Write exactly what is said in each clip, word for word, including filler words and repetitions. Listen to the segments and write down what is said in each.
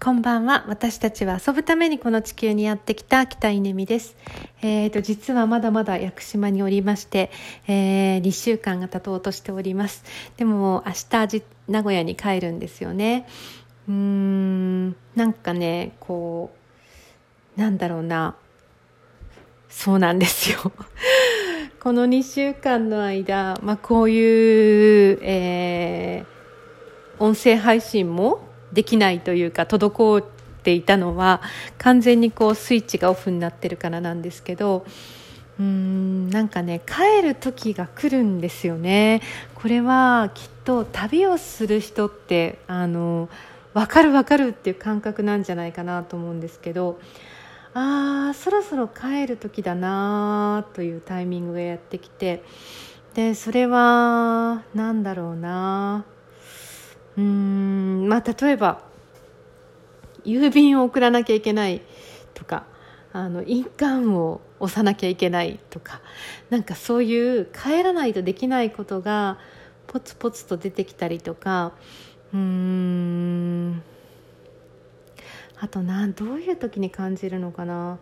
こんばんは。私たちは遊ぶためにこの地球にやってきた北稲美です。えーと、実はまだまだ屋久島におりまして、えー、にしゅうかんが経とうとしております。でも明日名古屋に帰るんですよね。うーん、なんかね、こう、なんだろうな。そうなんですよ。このにしゅうかんの間、まあ、こういう、えー、音声配信もできないというか滞っていたのは完全にこうスイッチがオフになってるからなんですけど、うーんなんかね帰る時が来るんですよね。これはきっと旅をする人ってあの分かる分かるっていう感覚なんじゃないかなと思うんですけど、あーそろそろ帰る時だなというタイミングがやってきて、でそれはなんだろうなうーんまあ例えば郵便を送らなきゃいけないとか、あの印鑑を押さなきゃいけないとか、なんかそういう帰らないとできないことがポツポツと出てきたりとか、うーんあとなどういう時に感じるのかな、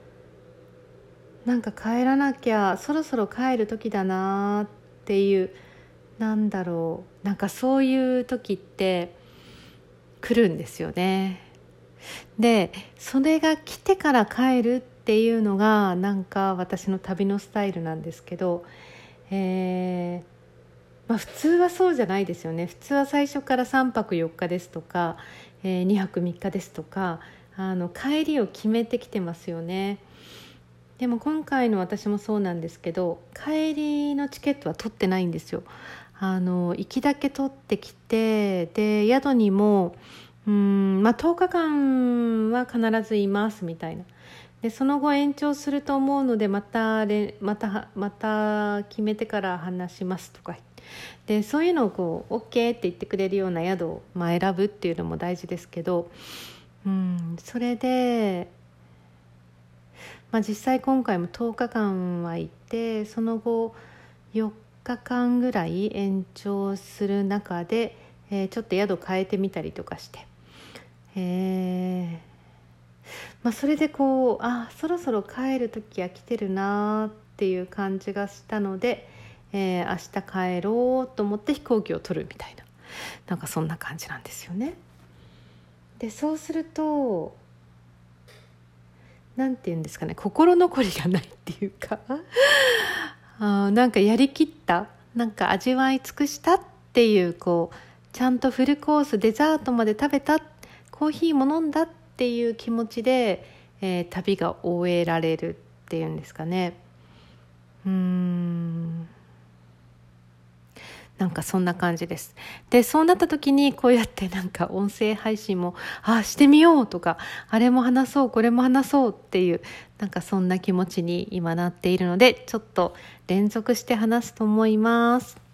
なんか帰らなきゃそろそろ帰る時だなっていう、なんだろうなんかそういう時って来るんですよね。でそれが来てから帰るっていうのがなんか私の旅のスタイルなんですけど、えーまあ、普通はそうじゃないですよね。普通は最初からさんぱくよっかですとか、えー、にはくみっかですとか、あの帰りを決めてきてますよね。でも今回の私もそうなんですけど、帰りのチケットは取ってないんですよ。あの行きだけ取ってきて、で宿にもうーん、まあ、とおかかんは必ずいますみたいな。でその後延長すると思うのでまたまたまた決めてから話しますとかで、そういうのをこう OK って言ってくれるような宿を、まあ、選ぶっていうのも大事ですけど、うんそれで、まあ、実際今回もとおかかんはいて、その後よっかかんぐらい延長する中で、えー、ちょっと宿変えてみたりとかして、えーまあ、それでこうあそろそろ帰る時が来てるなっていう感じがしたので、えー、明日帰ろうと思って飛行機を取るみたいな、なんかそんな感じなんですよね。でそうするとなんていうんですかね、心残りがないっていうかあなんかやりきった、なんか味わい尽くしたっていう、こうちゃんとフルコースデザートまで食べた、コーヒーも飲んだっていう気持ちで、えー、旅が終えられるっていうんですかね。うーんなんかそんな感じです。でそうなった時にこうやってなんか音声配信もあしてみようとか、あれも話そうこれも話そうっていう、なんかそんな気持ちに今なっているので、ちょっと連続して話すと思います。